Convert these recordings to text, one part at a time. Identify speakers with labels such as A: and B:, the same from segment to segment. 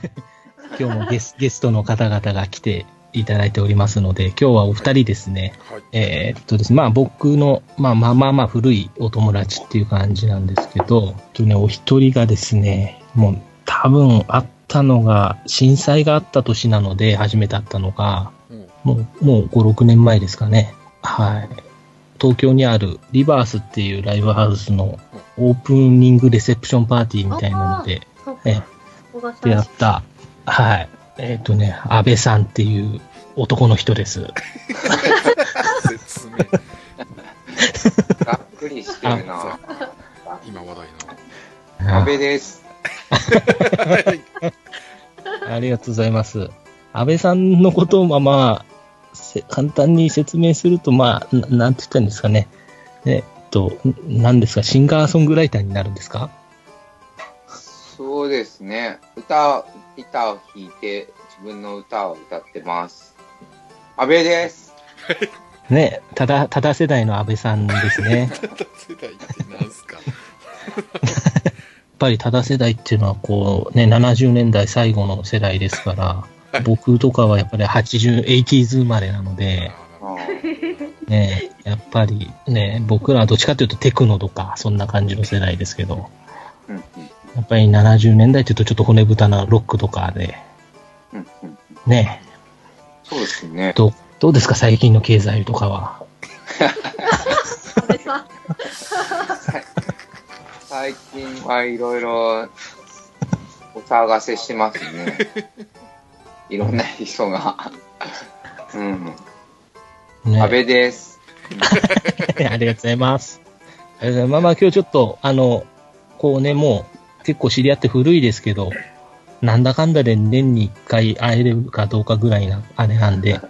A: 今日もゲストの方々が来ていただいておりますので、今日はお二人ですね、はい、ですね、まあ僕の、まあ古いお友達っていう感じなんですけど、お一人がですね、もう多分会ったのが、震災があった年なので、初めて会ったのが、もう5、6年前ですかね。はい。東京にあるリバースっていうライブハウスのオープニングレセプションパーティーみたいなので、出会った、はい。安倍さんっていう男の人です。
B: 説明。
C: がっくりしてるな。
B: 今話題の。
C: 安倍です。
A: ありがとうございます。安倍さんのことをまあ、簡単に説明すると、まあ、なんて言ったんですかね。何ですか、シンガーソングライターになるんですか？
C: そうですね。ギターを弾いて、自分の歌を歌ってます。安倍です。
A: ね、ただ世代の安倍さんですね。
B: ただ世代って何すか？
A: やっぱりただ世代っていうのはこうね、70年代最後の世代ですから、僕とかはやっぱり80s 生まれなので、ね、やっぱりね、僕らはどっちかというとテクノとかそんな感じの世代ですけど、やっぱり70年代っていうとちょっと骨太なロックとかで、ね。
C: そうですね。
A: どうですか最近の経済とかは。
C: 最近はいろいろお騒がせしてますね。いろんな人が。ね、安倍です。
A: ありがとうございます。まあ今日ちょっと、こうね、もう結構知り合って古いですけど、なんだかんだで年に1回会えるかどうかぐらいな、あれなんで、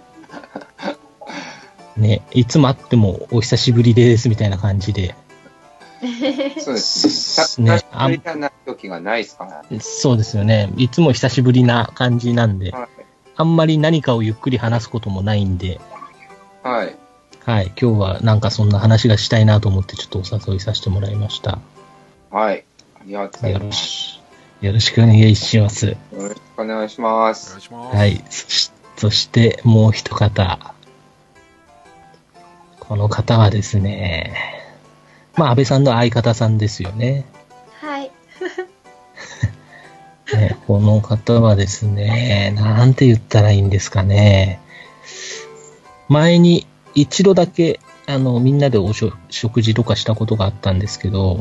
A: ね、いつも会ってもお久しぶりですみたいな感じで。
C: そうですね。久しぶりじゃない時がないですからね。
A: そうですよね。いつも久しぶりな感じなんで、はい、あんまり何かをゆっくり話すこともないんで、
C: はい。
A: はい。今日はなんかそんな話がしたいなと思ってちょっとお誘いさせてもらいました。
C: はい。ありがとうございます。
A: よろしくお願いします。よ
C: ろしくお願いします。
A: はい。そしてもう一方。この方はですね、まあ安倍さんの相方さんですよね。
D: はい。
A: ね、この方はですね、なんて言ったらいいんですかね。前に一度だけみんなで食事とかしたことがあったんですけど、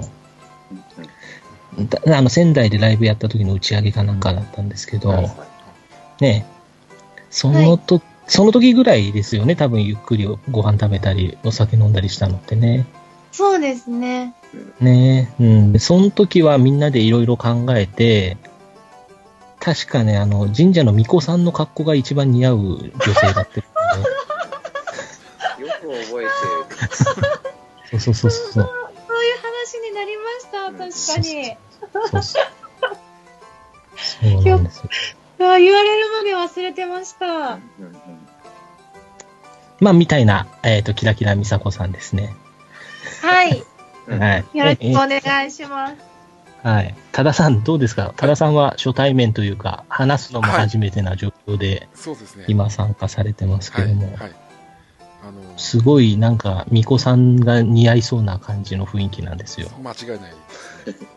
A: 仙台でライブやった時の打ち上げかなんかだったんですけど、ね、その時ぐらいですよね、多分ゆっくりご飯食べたりお酒飲んだりしたのってね。
D: そうですね。
A: ね、その時はみんなでいろいろ考えて、確かね、神社の巫女さんの格好が一番似合う女性だってるんで。
C: よく覚えてる。
A: そう。
D: そういう話になりました、確かに。
A: そうなんですよ。
D: 言われるまで忘れてました。
A: まあ、みたいな、キラキラ美佐子さんですね。
D: はい。
A: はい。
D: よろしくお願いします。
A: はい。多田さん、どうですか？多田さんは初対面というか、話すのも初めてな状況で、
B: そうですね。
A: 今参加されてますけども、すごいなんか、巫女さんが似合いそうな感じの雰囲気なんですよ。
B: 間違いないですね。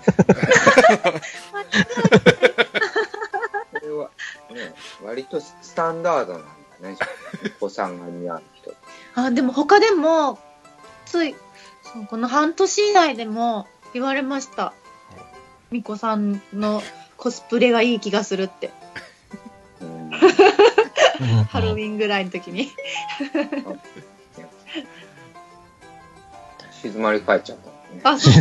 C: これは、ね、割とスタンダードなんだね、巫女さんが似合う人。
D: でも他でも、この半年以内でも言われました。巫女さんのコスプレがいい気がするって。ハロウィンぐらいの時に。
C: 静まり返っちゃった、ね。
D: あ、そう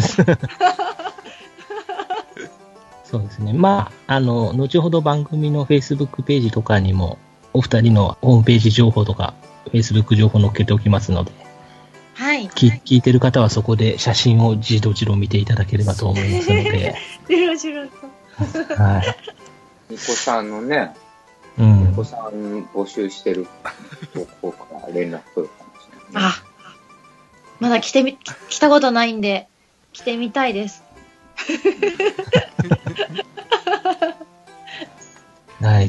A: そうですね。まあ、後ほど番組の Facebook ページとかにも、お二人のホームページ情報とか、Facebook 情報載っけておきますので、
D: はい。
A: 聞いてる方はそこで写真をじろじろ見ていただければと思いますので。
D: じろじろ
A: と。はい。
C: 巫女さんのね、
A: 巫
C: 女さん募集してるとこから連絡取るかもしれない、ね。
D: まだ来たことないんで、来てみたいです。 、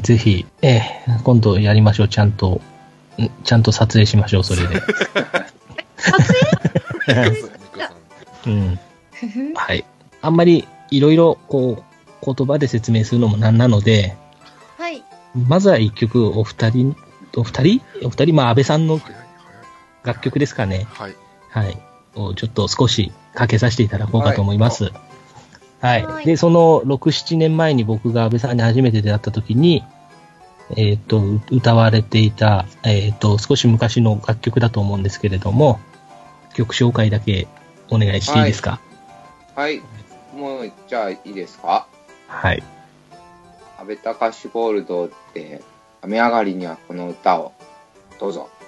A: ぜひ、今度やりましょう。ちゃんと撮影しましょう、それで。
D: 撮影
A: うん。はい。あんまりいろいろこう言葉で説明するのもなんなので、
D: はい。
A: まずは一曲お二人、まあ安倍さんの楽曲ですかね。
B: はい。
A: はい。をちょっと少しかけさせていただこうかと思います。はい。
D: はい
A: で、その6、7年前に僕が安倍さんに初めて出会った時に、歌われていた、少し昔の楽曲だと思うんですけれども、曲紹介だけお願いしていいですか？
C: はい。もう、じゃあいいですか？
A: はい。
C: 安倍隆ゴールドで、雨上がりにはこの歌を、どうぞ。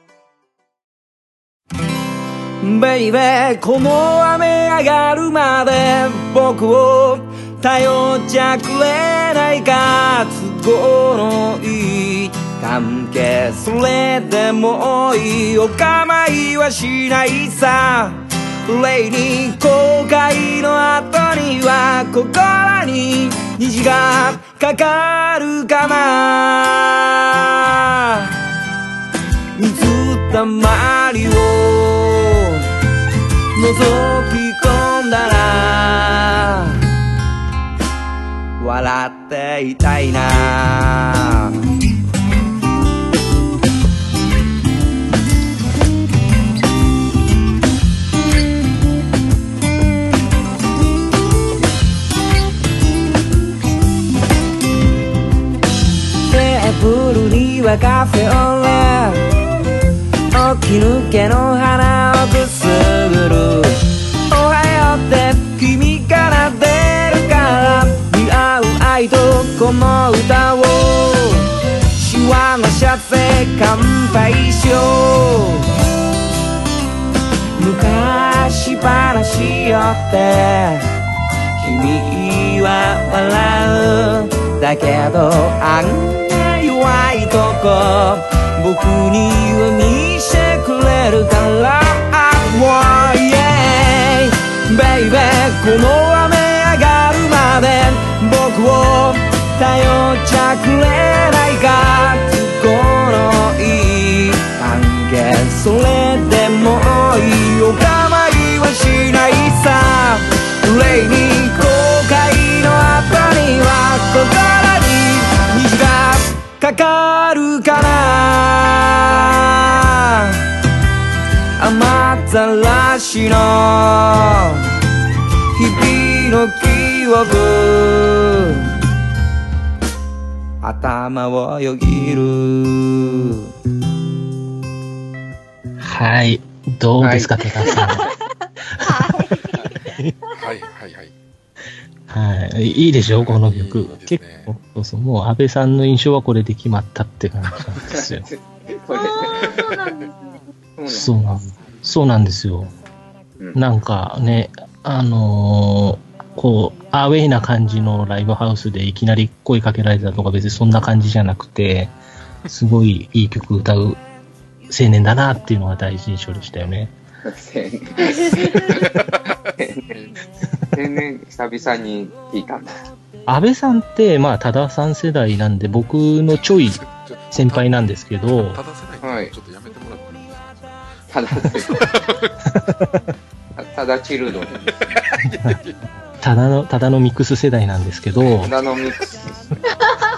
E: ベイベー、この雨上がるまで僕を頼っちゃくれないか。都合のいい関係、それでもいい。お構いはしないさ。例に後悔の後には心に虹がかかるかな。水たまりを覗き込んだら笑っていたいな。テーブルにはカフェオレ、起き抜けの花をくすぐる。おはようって君から出るから、似合う愛とこの歌を幸せ乾杯しよう。昔話よって君は笑う。だけどあんな弱いとこ僕には見せてくれるから。Oh yeah baby、 この雨上がるまで僕を頼っちゃくれないか。都合のいい関係、それでもいい。お構いはしないさ。例に後悔の後には心に虹がかかるかな。雨ざらしの日々の記憶、頭をよぎる。
A: はい。どうですか、高橋さん。
B: はいはいはい。
A: はい。いいでしょ、この曲。
B: いいですね
A: 結構、そうそう、もう安倍さんの印象はこれで決まったって感じなんですよ。
C: これ、
D: そうなんですね。
A: そうなんですよ。
C: うん
A: なんかね、こう、アウェイな感じのライブハウスでいきなり声かけられたとか別にそんな感じじゃなくて、すごいいい曲歌う青年だなっていうのが第一印象でしたよね。
C: 天然久々に聞いたんだ。
A: 安倍さんって、まあ、多田さん世代なんで、僕のちょい先輩なんですけど、
B: ただせない
C: はい
B: とちょっとやめてもらっていいですか？
C: ただチルドレンですね。
A: ただのミックス世代なんですけど、
C: ただのミックスですね。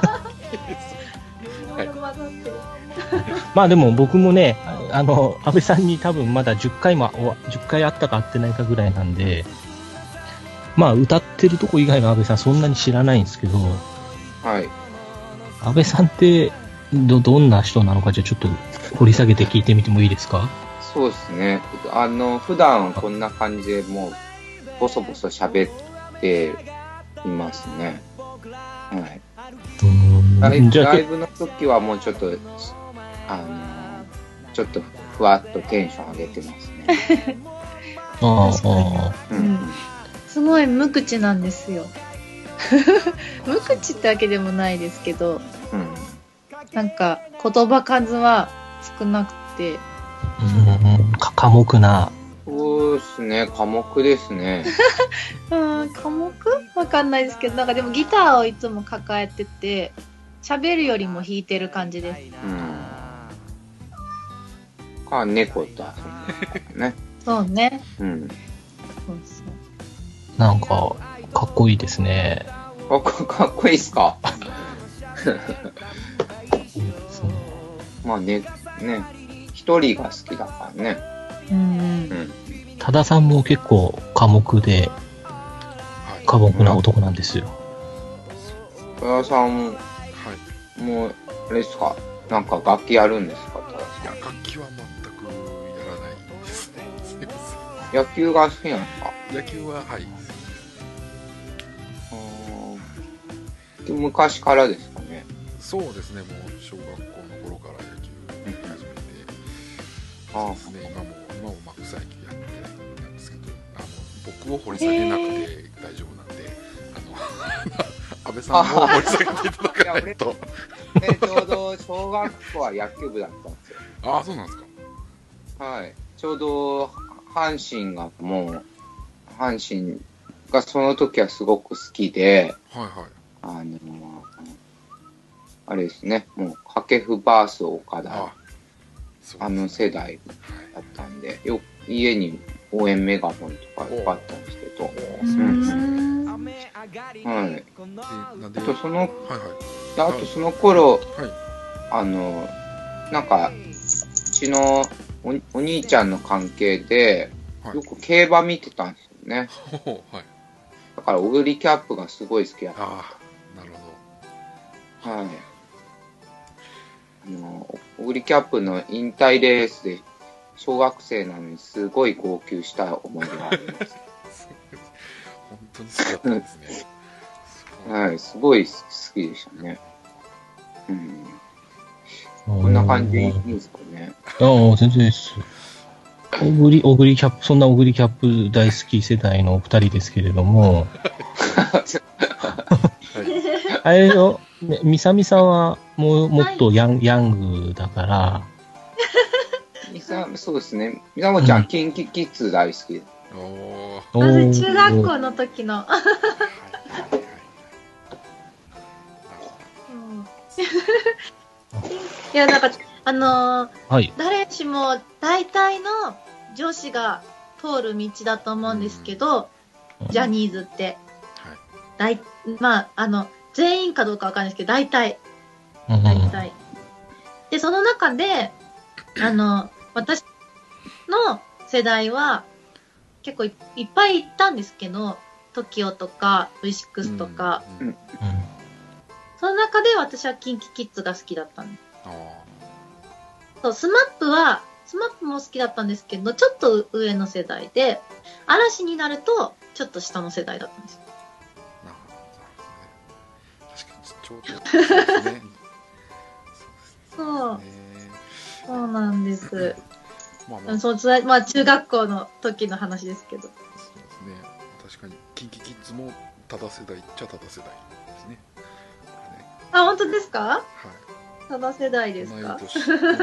A: まあでも僕もね、安倍さんに多分まだ10回あったか会ってないかぐらいなんで、まあ歌ってるとこ以外の安倍さんそんなに知らないんですけど、
C: はい。
A: 安倍さんってどんな人なのか、じゃあちょっと掘り下げて聞いてみてもいいですか？
C: そうですね。普段こんな感じでもう、ボソボソ喋っていますね。はい。
A: じゃあ
C: ライブの時はもうちょっと、ちょっとふわっとテンション上げてますね。
D: うんすごい無口なんですよ。無口ってわけでもないですけど、なんか言葉数は少なくて、
A: 寡黙な。
C: そうですね、寡黙ですね。
D: 寡黙わかんないですけど、なんかでもギターをいつも抱えてて、 喋るよりも弾いてる感じです。
C: か、猫と遊んでるね。
D: そうね。
C: うん。そう
A: そう。なんか、かっこいいですね。
C: かっこいいっすかまあね、一人が好きだからね。
A: 多田さんも結構寡黙で、寡黙な男なんですよ。
C: 多田さんも、あれですか、なんか楽器やるんですか？
B: いや、楽器は全くやらないですね。すいませ
C: ん。野球が好きなんですか？
B: 野球は、はい。
C: 昔からですかね。
B: そうですね、もう小学校の頃から野球やり始めて、そうですね、今も草野球やってなんですけど、僕を掘り下げなくて大丈夫なんで、安倍さんを掘り下げていただかないと。
C: ちょうど小学校は野球部だったんですよ。
B: ああ、そうなんです
C: か。はい。ちょうど阪神がその時はすごく好きで、
B: はいはい。
C: あれですね、もう掛布バース岡田、世代だったんで、家に応援メガホンとかいっぱいあったんですけど、はい。あとその頃、なんかうちのお兄ちゃんの関係でよく競馬見てたんですよね。だからオグリキャップがすごい好きだった。
B: なるほ
C: ど。はい。オグリキャップの引退レースで小学生なのにすごい号泣した思い出があります。
B: 本当に好きだったんですね。
C: はい、すごい好きでしたね。こんな感じでいいんですかね。
A: 全然です。オグリキャップ、そんなオグリキャップ大好き世代のお二人ですけれども、あれよ、ミサミさんはもっとヤングだから、
C: そうですね。みさもちゃん、キンキキッズ大好き。
D: 私、中学校の時の。いや、なんか、誰しも大体の女子が通る道だと思うんですけど、ジャニーズって。まあ、全員かどうかわかんないですけど、大体。で、その中で、私の世代は結構いっぱい行ったんですけど、TOKIO とか V6 とか、その中で私はキンキキッズが好きだったんです。そう、スマップも好きだったんですけど、ちょっと上の世代で、嵐になるとちょっと下の世代だったんですよ。
B: 確かにちょうどそうですね。
D: そうなんです。まあ中学校の時の話ですけど。そうです
B: ね。確かにキンキキッズも多田世代っちゃ多田世代ですね。
D: あ、本当ですか？
B: はい。
D: 多田世代ですか？
B: 同い年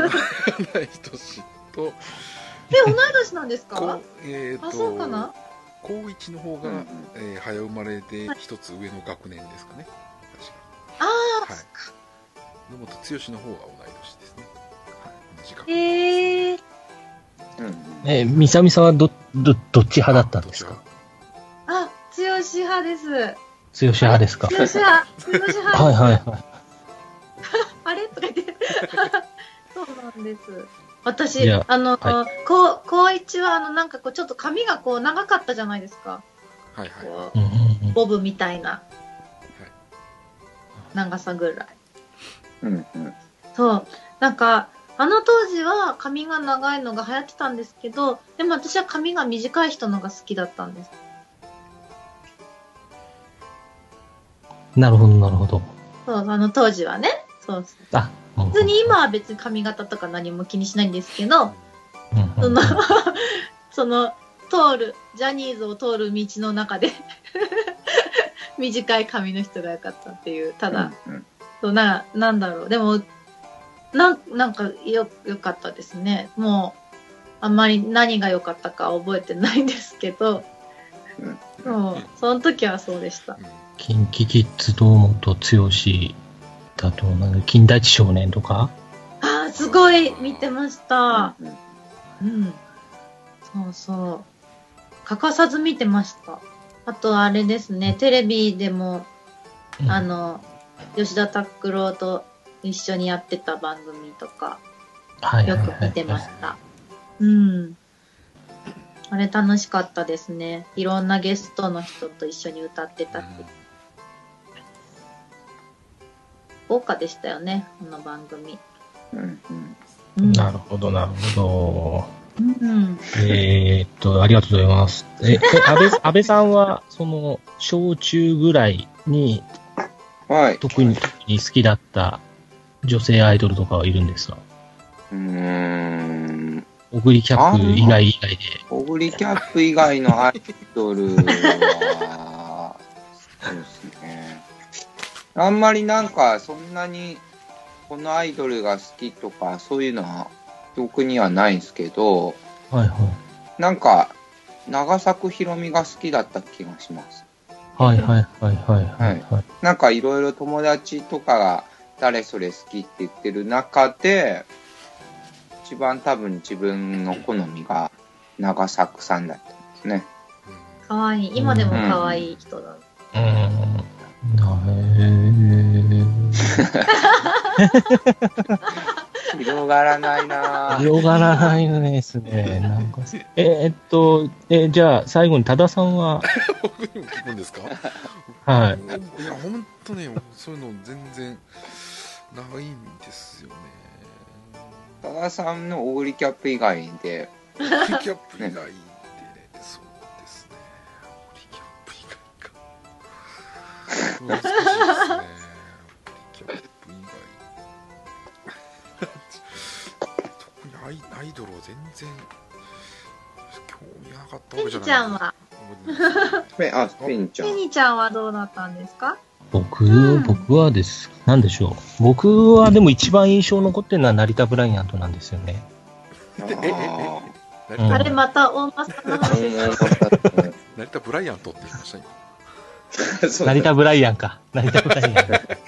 B: と。同い
D: 年なんですか？そうかな。
B: 高1の方が、早生まれで一つ上の学年ですかね。確か。
D: ああ。
B: はい。野本剛の方が同い年ですね。
A: ミサミさんはどっち派だったんですか？
D: あ、剛派です。
A: 剛派ですか？
D: 剛派。
A: はい。
D: あれとか言って。そうなんです。私、高一はなんかちょっと髪が長かったじゃないですか。
B: はい。
D: ボブみたいな長さぐらい。そう、なんか当時は髪が長いのが流行ってたんですけど、でも私は髪が短い人のが好きだったんです。
A: なるほど。
D: そう、当時はね。そう。別に今は別に髪型とか何も気にしないんですけど、そのジャニーズを通る道の中で短い髪の人が良かったっていう、ただ、なんだろう、でもなんかよかったですね。もうあんまり何が良かったか覚えてないんですけど、その時はそうでした。
A: キンキキッズ堂本剛あと、金田一少年とか。
D: ああ、すごい見てました。うん。そうそう。欠かさず見てました。あと、あれですね、テレビでも、吉田拓郎と一緒にやってた番組とか、よく見てました。うん。あれ楽しかったですね。いろんなゲストの人と一緒に歌ってたって。豪華でしたよね、この番組。
A: なるほど、なるほど。ありがとうございます。安倍さんは、小中ぐらいに、特に好きだった女性アイドルとかはいるんですか？オグリキャップ以外で。
C: オグリキャップ以外のアイドルは、そうですね。あんまりなんか、そんなに、このアイドルが好きとか、そういうのは、特にはないんですけど、
A: はいはい。
C: なんか、長作ひろみが好きだった気がします。
A: はいはいはいはい。
C: なんかいろいろ友達とかが誰それ好きって言ってる中で、一番多分自分の好みが長作さんだったんですね。
D: かわいい。今でもかわいい人だ。
C: 広がらないなぁ。
A: 広がらないですね。なんかじゃあ最後に多田さんは
B: 僕にも聞くんですか？
A: はい。
B: いや本当ね、そういうの全然ないんですよね。
C: 多田さんのオグリキャップ以外で。
B: オグリキャップ以外でね、そうですね。オグリキャップ以外か。難しいですね。オグリキャップ以外。特にアイドルは全然興味なかったわけじゃない。
D: ペニちゃんは
C: ペニちゃん。
D: ペニちゃんはどうだったんですか？
A: 僕はなんでしょう。僕はでも一番印象残ってるのは成田ブライアントなんですよね。
D: あれまた大間さんの話ですか？
B: 成田ブライアントって言いました今。
A: 成田ブライアンか。成田ブライアン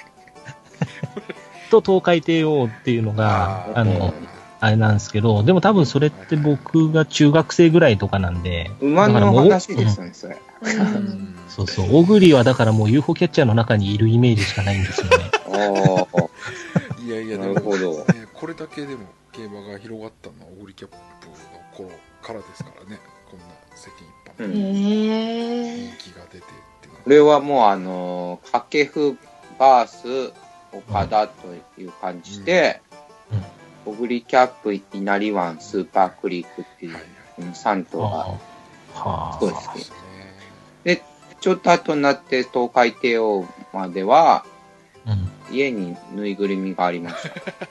A: と東海帝王っていうのがあれなんですけど、でも多分それって僕が中学生ぐらいとかなんで。
C: 馬の話ですね、それ。
A: そうそう。オグリはだからもう UFO キャッチャーの中にいるイメージしかないんですよね。
B: いやいや、
C: なるほど。
B: これだけでも競馬が広がったのはオグリキャップの頃からですからね。こんな世間一般人気が出てって。
C: これはもう掛布バース岡田という感じで、オグリキャップ稲荷湾スーパークリックっていう3頭がすごい好きで、ちょっと後になって東海帝王までは、家にぬいぐるみがありました。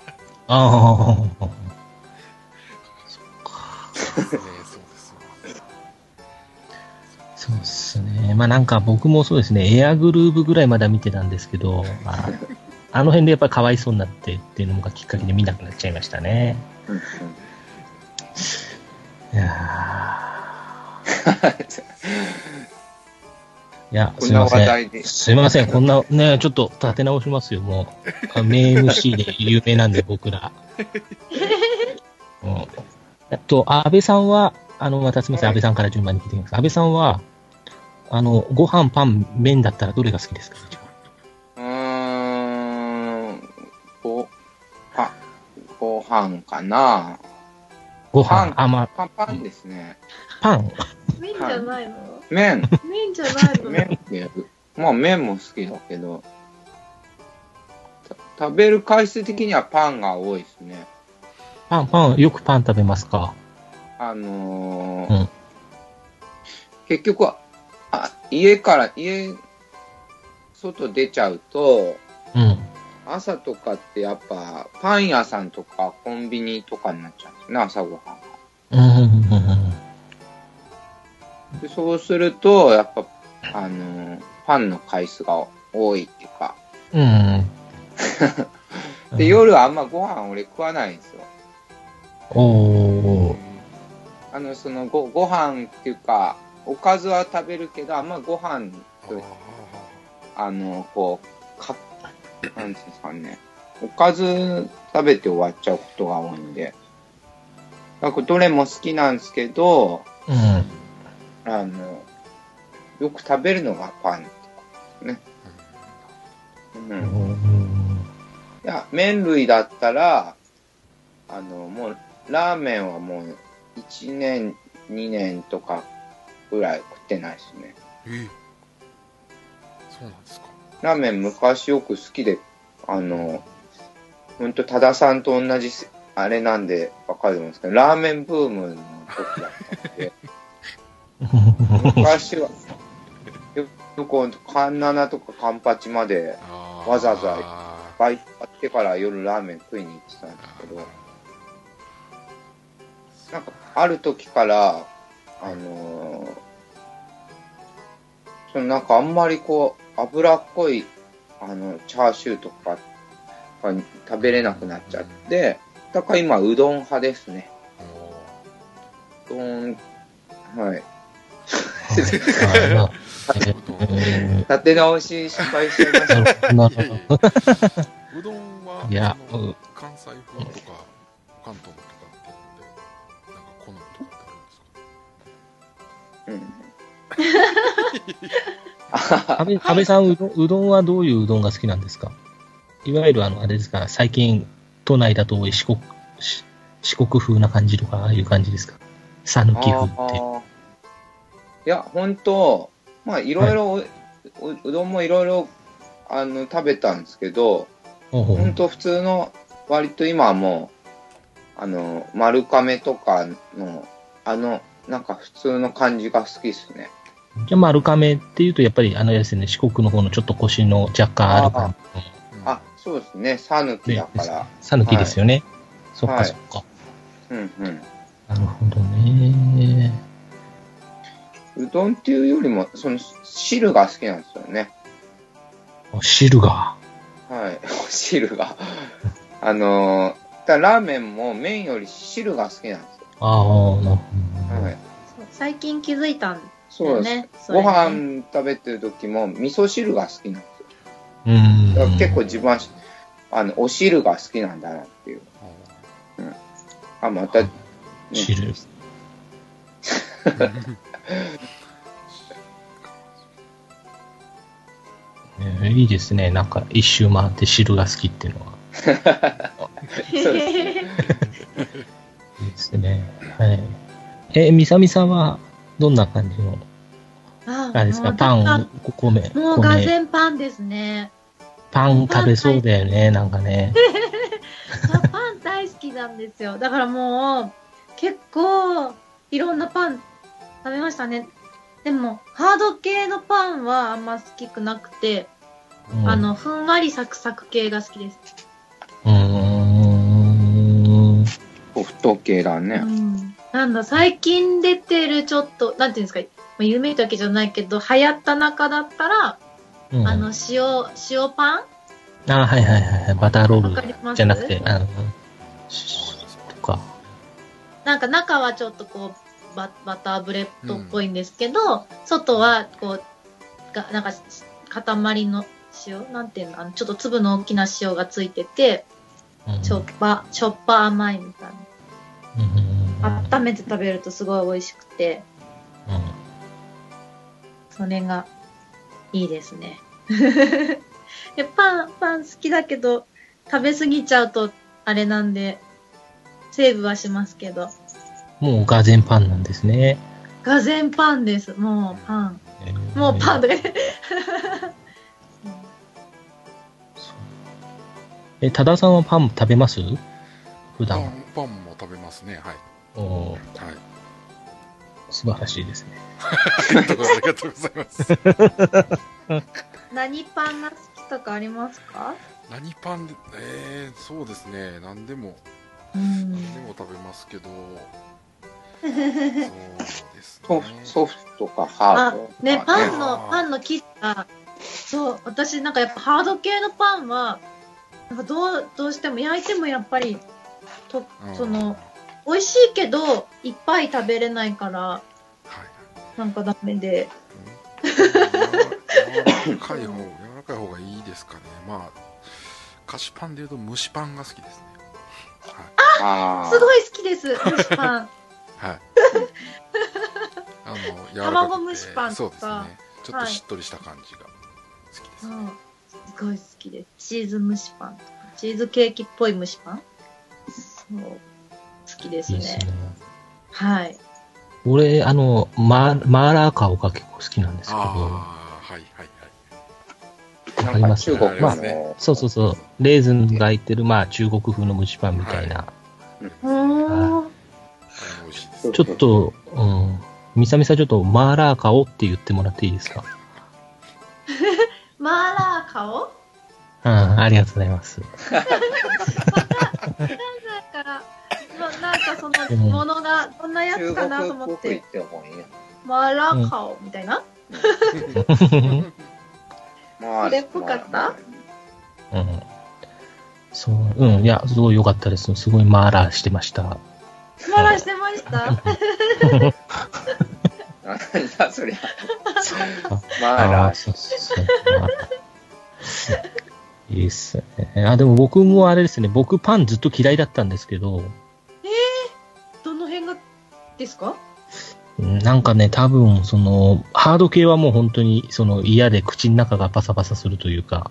A: そうですね。まあなんか僕もそうですね、エアグルーヴぐらいまでは見てたんですけど、あの辺でやっぱりかわいそうになってっていうのがきっかけで見なくなっちゃいましたね。いや、すいません。すいません。こんな、ね、ちょっと立て直しますよ、もう。名 MC で有名なんで、僕ら。安倍さんは、またすみません、安倍さんから順番に聞いてみます。安倍さんは、ご飯、パン、麺だったらどれが好きですか？
C: ご飯かな。
A: ご飯、
C: パンですね。
A: パン
D: 麺じゃないの？
C: 麺
D: じゃないの？
C: 麺って、まあ麺も好きだけど、食べる回数的にはパンが多いですね。
A: パン、よくパン食べますか？
C: 結局は、外出ちゃうと、朝とかってやっぱパン屋さんとかコンビニとかになっちゃうんですね、朝ごはんが。でそうすると、やっぱ、パンの回数が多いっていうか。で、夜はあんまご飯俺食わないんですよ。ご飯っていうか、おかずは食べるけど、あんまご飯と、 なんですかね、おかず食べて終わっちゃうことが多いんで、だからどれも好きなんですけど、よく食べるのがパンとかですね。いや、麺類だったら、もう、ラーメンはもう、1年、2年とかぐらい食ってないですね。
B: そうなんですか。
C: ラーメン昔よく好きで、ほんと、多田さんと同じ、あれなんでわかると思うんですけど、ラーメンブームの時だったんで、昔は、よくカンナナとかカンパチまで、わざわざいっぱい買ってから夜ラーメン食いに行ってたんですけど、なんか、ある時から、なんかあんまりこう、脂っこい、チャーシューとかが食べれなくなっちゃって、だから今、うどん派ですね。うどん、はい。立て直し失敗しちゃいました。
B: うどんは、関西風とか、関東のとかっていうので、なんか好みとかってあるんですか？
A: 安倍さん、うどんはどういううどんが好きなんですか？いわゆるあれですか、最近都内だと多い四国風な感じとか、ああいう感じですか？讃岐風って。
C: いや、本当まあ、いろいろ、うどんもいろいろ、食べたんですけど、本当普通の、割と今はもう、丸亀とかの、なんか普通の感じが好きですね。
A: じゃあ丸亀っていうと、やっぱりですね、四国の方のちょっとコシの若干ある感じ。
C: そうですね、讃岐だから。
A: 讃岐ですよね。そっかそっか。なるほどね。
C: うどんっていうよりも、その汁が好きなんですよね。
A: 汁が。
C: はい、汁が。ラーメンも麺より汁が好きなんですよ。
A: なるほど。
D: はい、最近気づいたんです
C: よね。ご飯食べてる時も味噌汁が好きなんですよ。だから結構自分は、お汁が好きなんだなっていう。また、ね、
A: 汁。いいですね。なんか一周回って汁が好きっていうのは。
C: そうですね。
A: いいですね。はい。みさみさんはどんな感じのあれですか？パン、米。
D: もうがぜんパンですね。
A: パン食べそうだよね、なんかね。
D: パン大好きなんですよ。だからもう結構いろんなパン食べましたね。でもハード系のパンはあんま好きくなくて、ふんわりサクサク系が好きです。
C: ソフト系だね。
D: なんだ、最近出てるちょっと、なんていうんですか、有名だけじゃないけど、流行った中だったら、塩パン？
A: はいはいはい。バターロールじゃなくて、とか。なんか
D: 中はちょっとこう、バターブレッドっぽいんですけど、外はこう、なんか塊の塩、なんていうの、ちょっと粒の大きな塩がついてて、しょっぱ甘いみたいな。温めて食べるとすごい美味しくて、それがいいですね。パン好きだけど、食べ過ぎちゃうとあれなんで、セーブはしますけど。
A: もうがぜんパンなんですね。
D: がぜんパンです。もうパン。もうパンとか
A: 多田さんはパン食べます？普段。
B: パンも食べますね、はい。
A: はい。素晴らしいですね。
B: ありがとうございます。
D: 何パンが好きとかありますか？
B: 何パンで、そうですね、何でも食べますけど、そうですね。
C: ソフトかハードとかね。
D: パンの生地が、そう、私なんかやっぱハード系のパンは、なんかどうしても焼いてもやっぱり美味しいけどいっぱい食べれないから、なんかダメで。
B: 柔らかい方かい方がいいですかね。まあ菓子パンでいうと蒸しパンが好きですね。
D: はい、すごい好きです、蒸しパン。
B: はい。柔らかくて
D: 卵蒸しパンとか。
B: そうですね。ちょっとしっとりした感じが好きですね。
D: すごい好きです。チーズ蒸しパンとか、チーズケーキっぽい蒸しパン。そう。好きですね。いいですね。はい。
A: 俺、マーラー顔が結構好きなんですけど。
B: はいはいはい。
A: わかります
C: 中国
A: まあ、そうそうそう。レーズンが入ってる、まあ、中国風の蒸しパンみたいな。ちょっと、みさみさちょっとマーラー顔って言ってもらっていいですか？
D: マーラー顔？
A: ありがとうございます。
D: なんかそのものがどんなやつかなと思って。マーラー顔みたいな？それっぽかった？
A: そう、いや、すごい良かったです。すごいマーラーしてました。
D: マーラーしてました
C: なんだそりゃ。マーラー。
A: いいっすね。でも僕もあれですね、僕パンずっと嫌いだったんですけど。
D: どの辺がですか？
A: なんかね、多分、ハード系はもう本当に、嫌で口の中がパサパサするというか。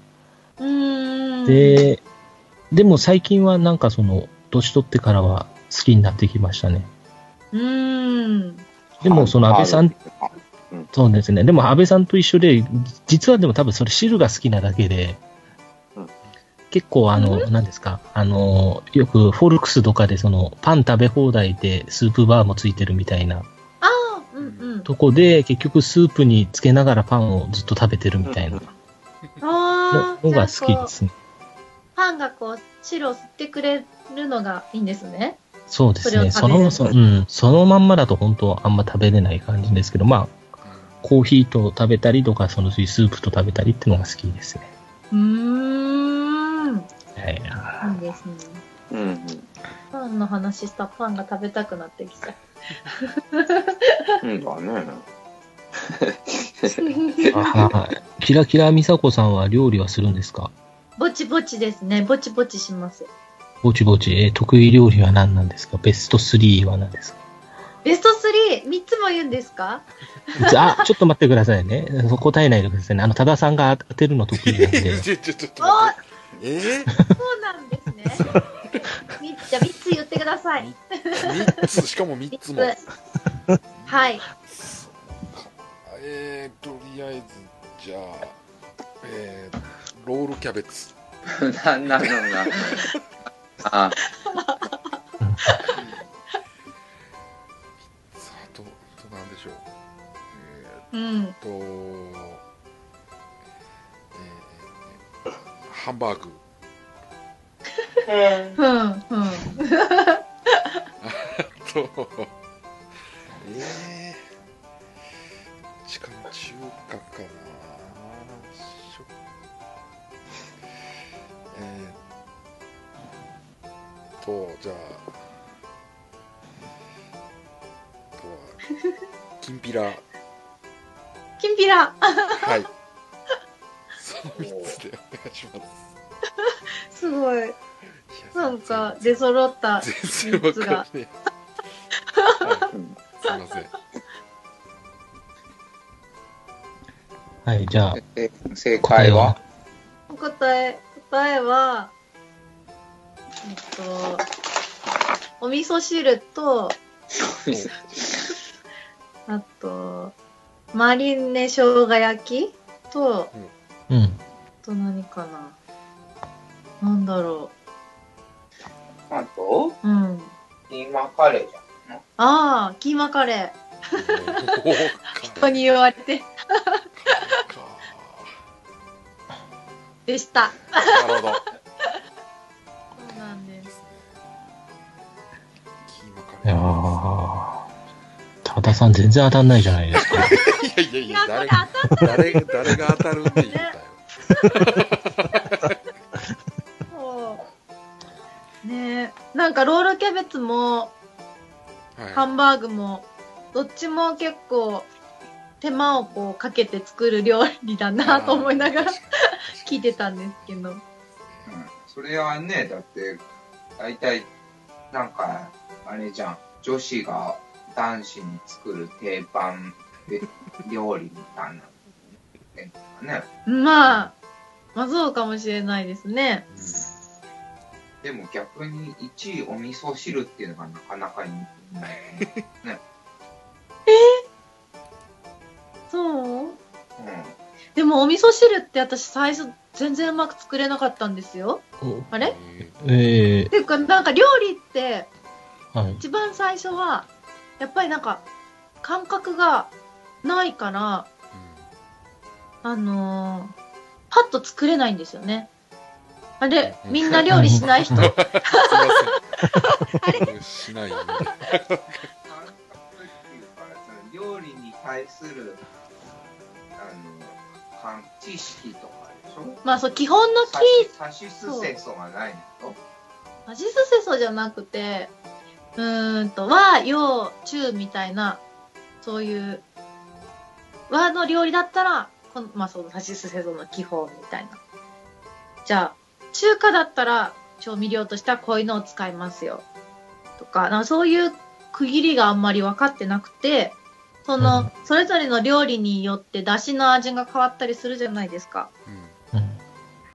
A: でも最近はなんか年取ってからは好きになってきましたね。でも安倍さん、そうですね。でも安倍さんと一緒で、実はでも多分それ汁が好きなだけで、結構何ですか、よくフォルクスとかでパン食べ放題でスープバーもついてるみたいな。とこで結局スープにつけながらパンをずっと食べてるみたいなのが好きですね。
D: パンがこう汁を吸ってくれるのがいいんですね。
A: そうですね。そのまんまだと本当あんま食べれない感じですけど、まあコーヒーと食べたりとかそういうスープと食べたりっていうのが好きですね。
D: いいですね。パンの話したパンが食べたくなってきちゃう。
C: だね。
A: キラキラみさこさんは料理はするんですか？
D: ぼちぼちですね。ぼちぼちします。
A: ぼちぼち。得意料理は何なんですか？ベスト3は何ですか？
D: ベスト 3?3 つも言うんですか？
A: ちょっと待ってくださいね。答えないでくださいね。多田さんが当てるの得意なんで。
B: ちょっと待って。
D: そうなんですね。じゃあ3つ言ってください。
B: 3つ、しかも3つも。
D: はい。
B: とりあえず、じゃあ、ロールキャベツ。
C: なんなのが。あ
B: となんでしょう。ハンバーグ。しかも中華かな。じゃあきんぴら。
D: きんぴら。
B: はい。その3つでお願いします。
D: すごい。なんか出揃った3つが。
B: すいません。
A: はい、じゃあ。
C: 正解は？
D: 答えは、お味噌汁と、あと、マリネ生姜焼きと、と何かな。なんだろ
C: う。あと、キーマカレーじ
D: ゃん。キーマカレー。人に言われて。でした。
B: なるほど。
D: そうなんです。
B: キーマカレー。
A: いやー、多田さん全然当たんないじゃないですか。
B: いや、誰が当たるって言ったよ。
D: そうねえ、なんかロールキャベツも、ハンバーグもどっちも結構手間をこうかけて作る料理だなと思いながら聞いてたんですけど。
C: それはね、だって、大体、なんか、あれじゃん、女子が男子に作る定番で料理みたいな、ね。
D: まあそうかもしれないですね。
C: でも逆に1位お味噌汁っていうのがなかなかいないね。
D: そう？でもお味噌汁って私最初全然うまく作れなかったんですよ。あれ？っていうかなんか料理って、一番最初はやっぱりなんか感覚がないから、パッと作れないんですよね。あれ、みんな料理しない人。すいま
B: せん。しないよね。
C: 料理に対する知識とかでしょ。
D: まあそう、基本の
C: さしすせそがないの。
D: さしすせそじゃなくて、和、洋、中みたいな、そういう和の料理だったら、まあそう、さしすせその基本みたいな。じゃあ中華だったら調味料としてはこういうのを使いますよとか、なんかそういう区切りがあんまり分かってなくて、それぞれの料理によって出汁の味が変わったりするじゃないですか。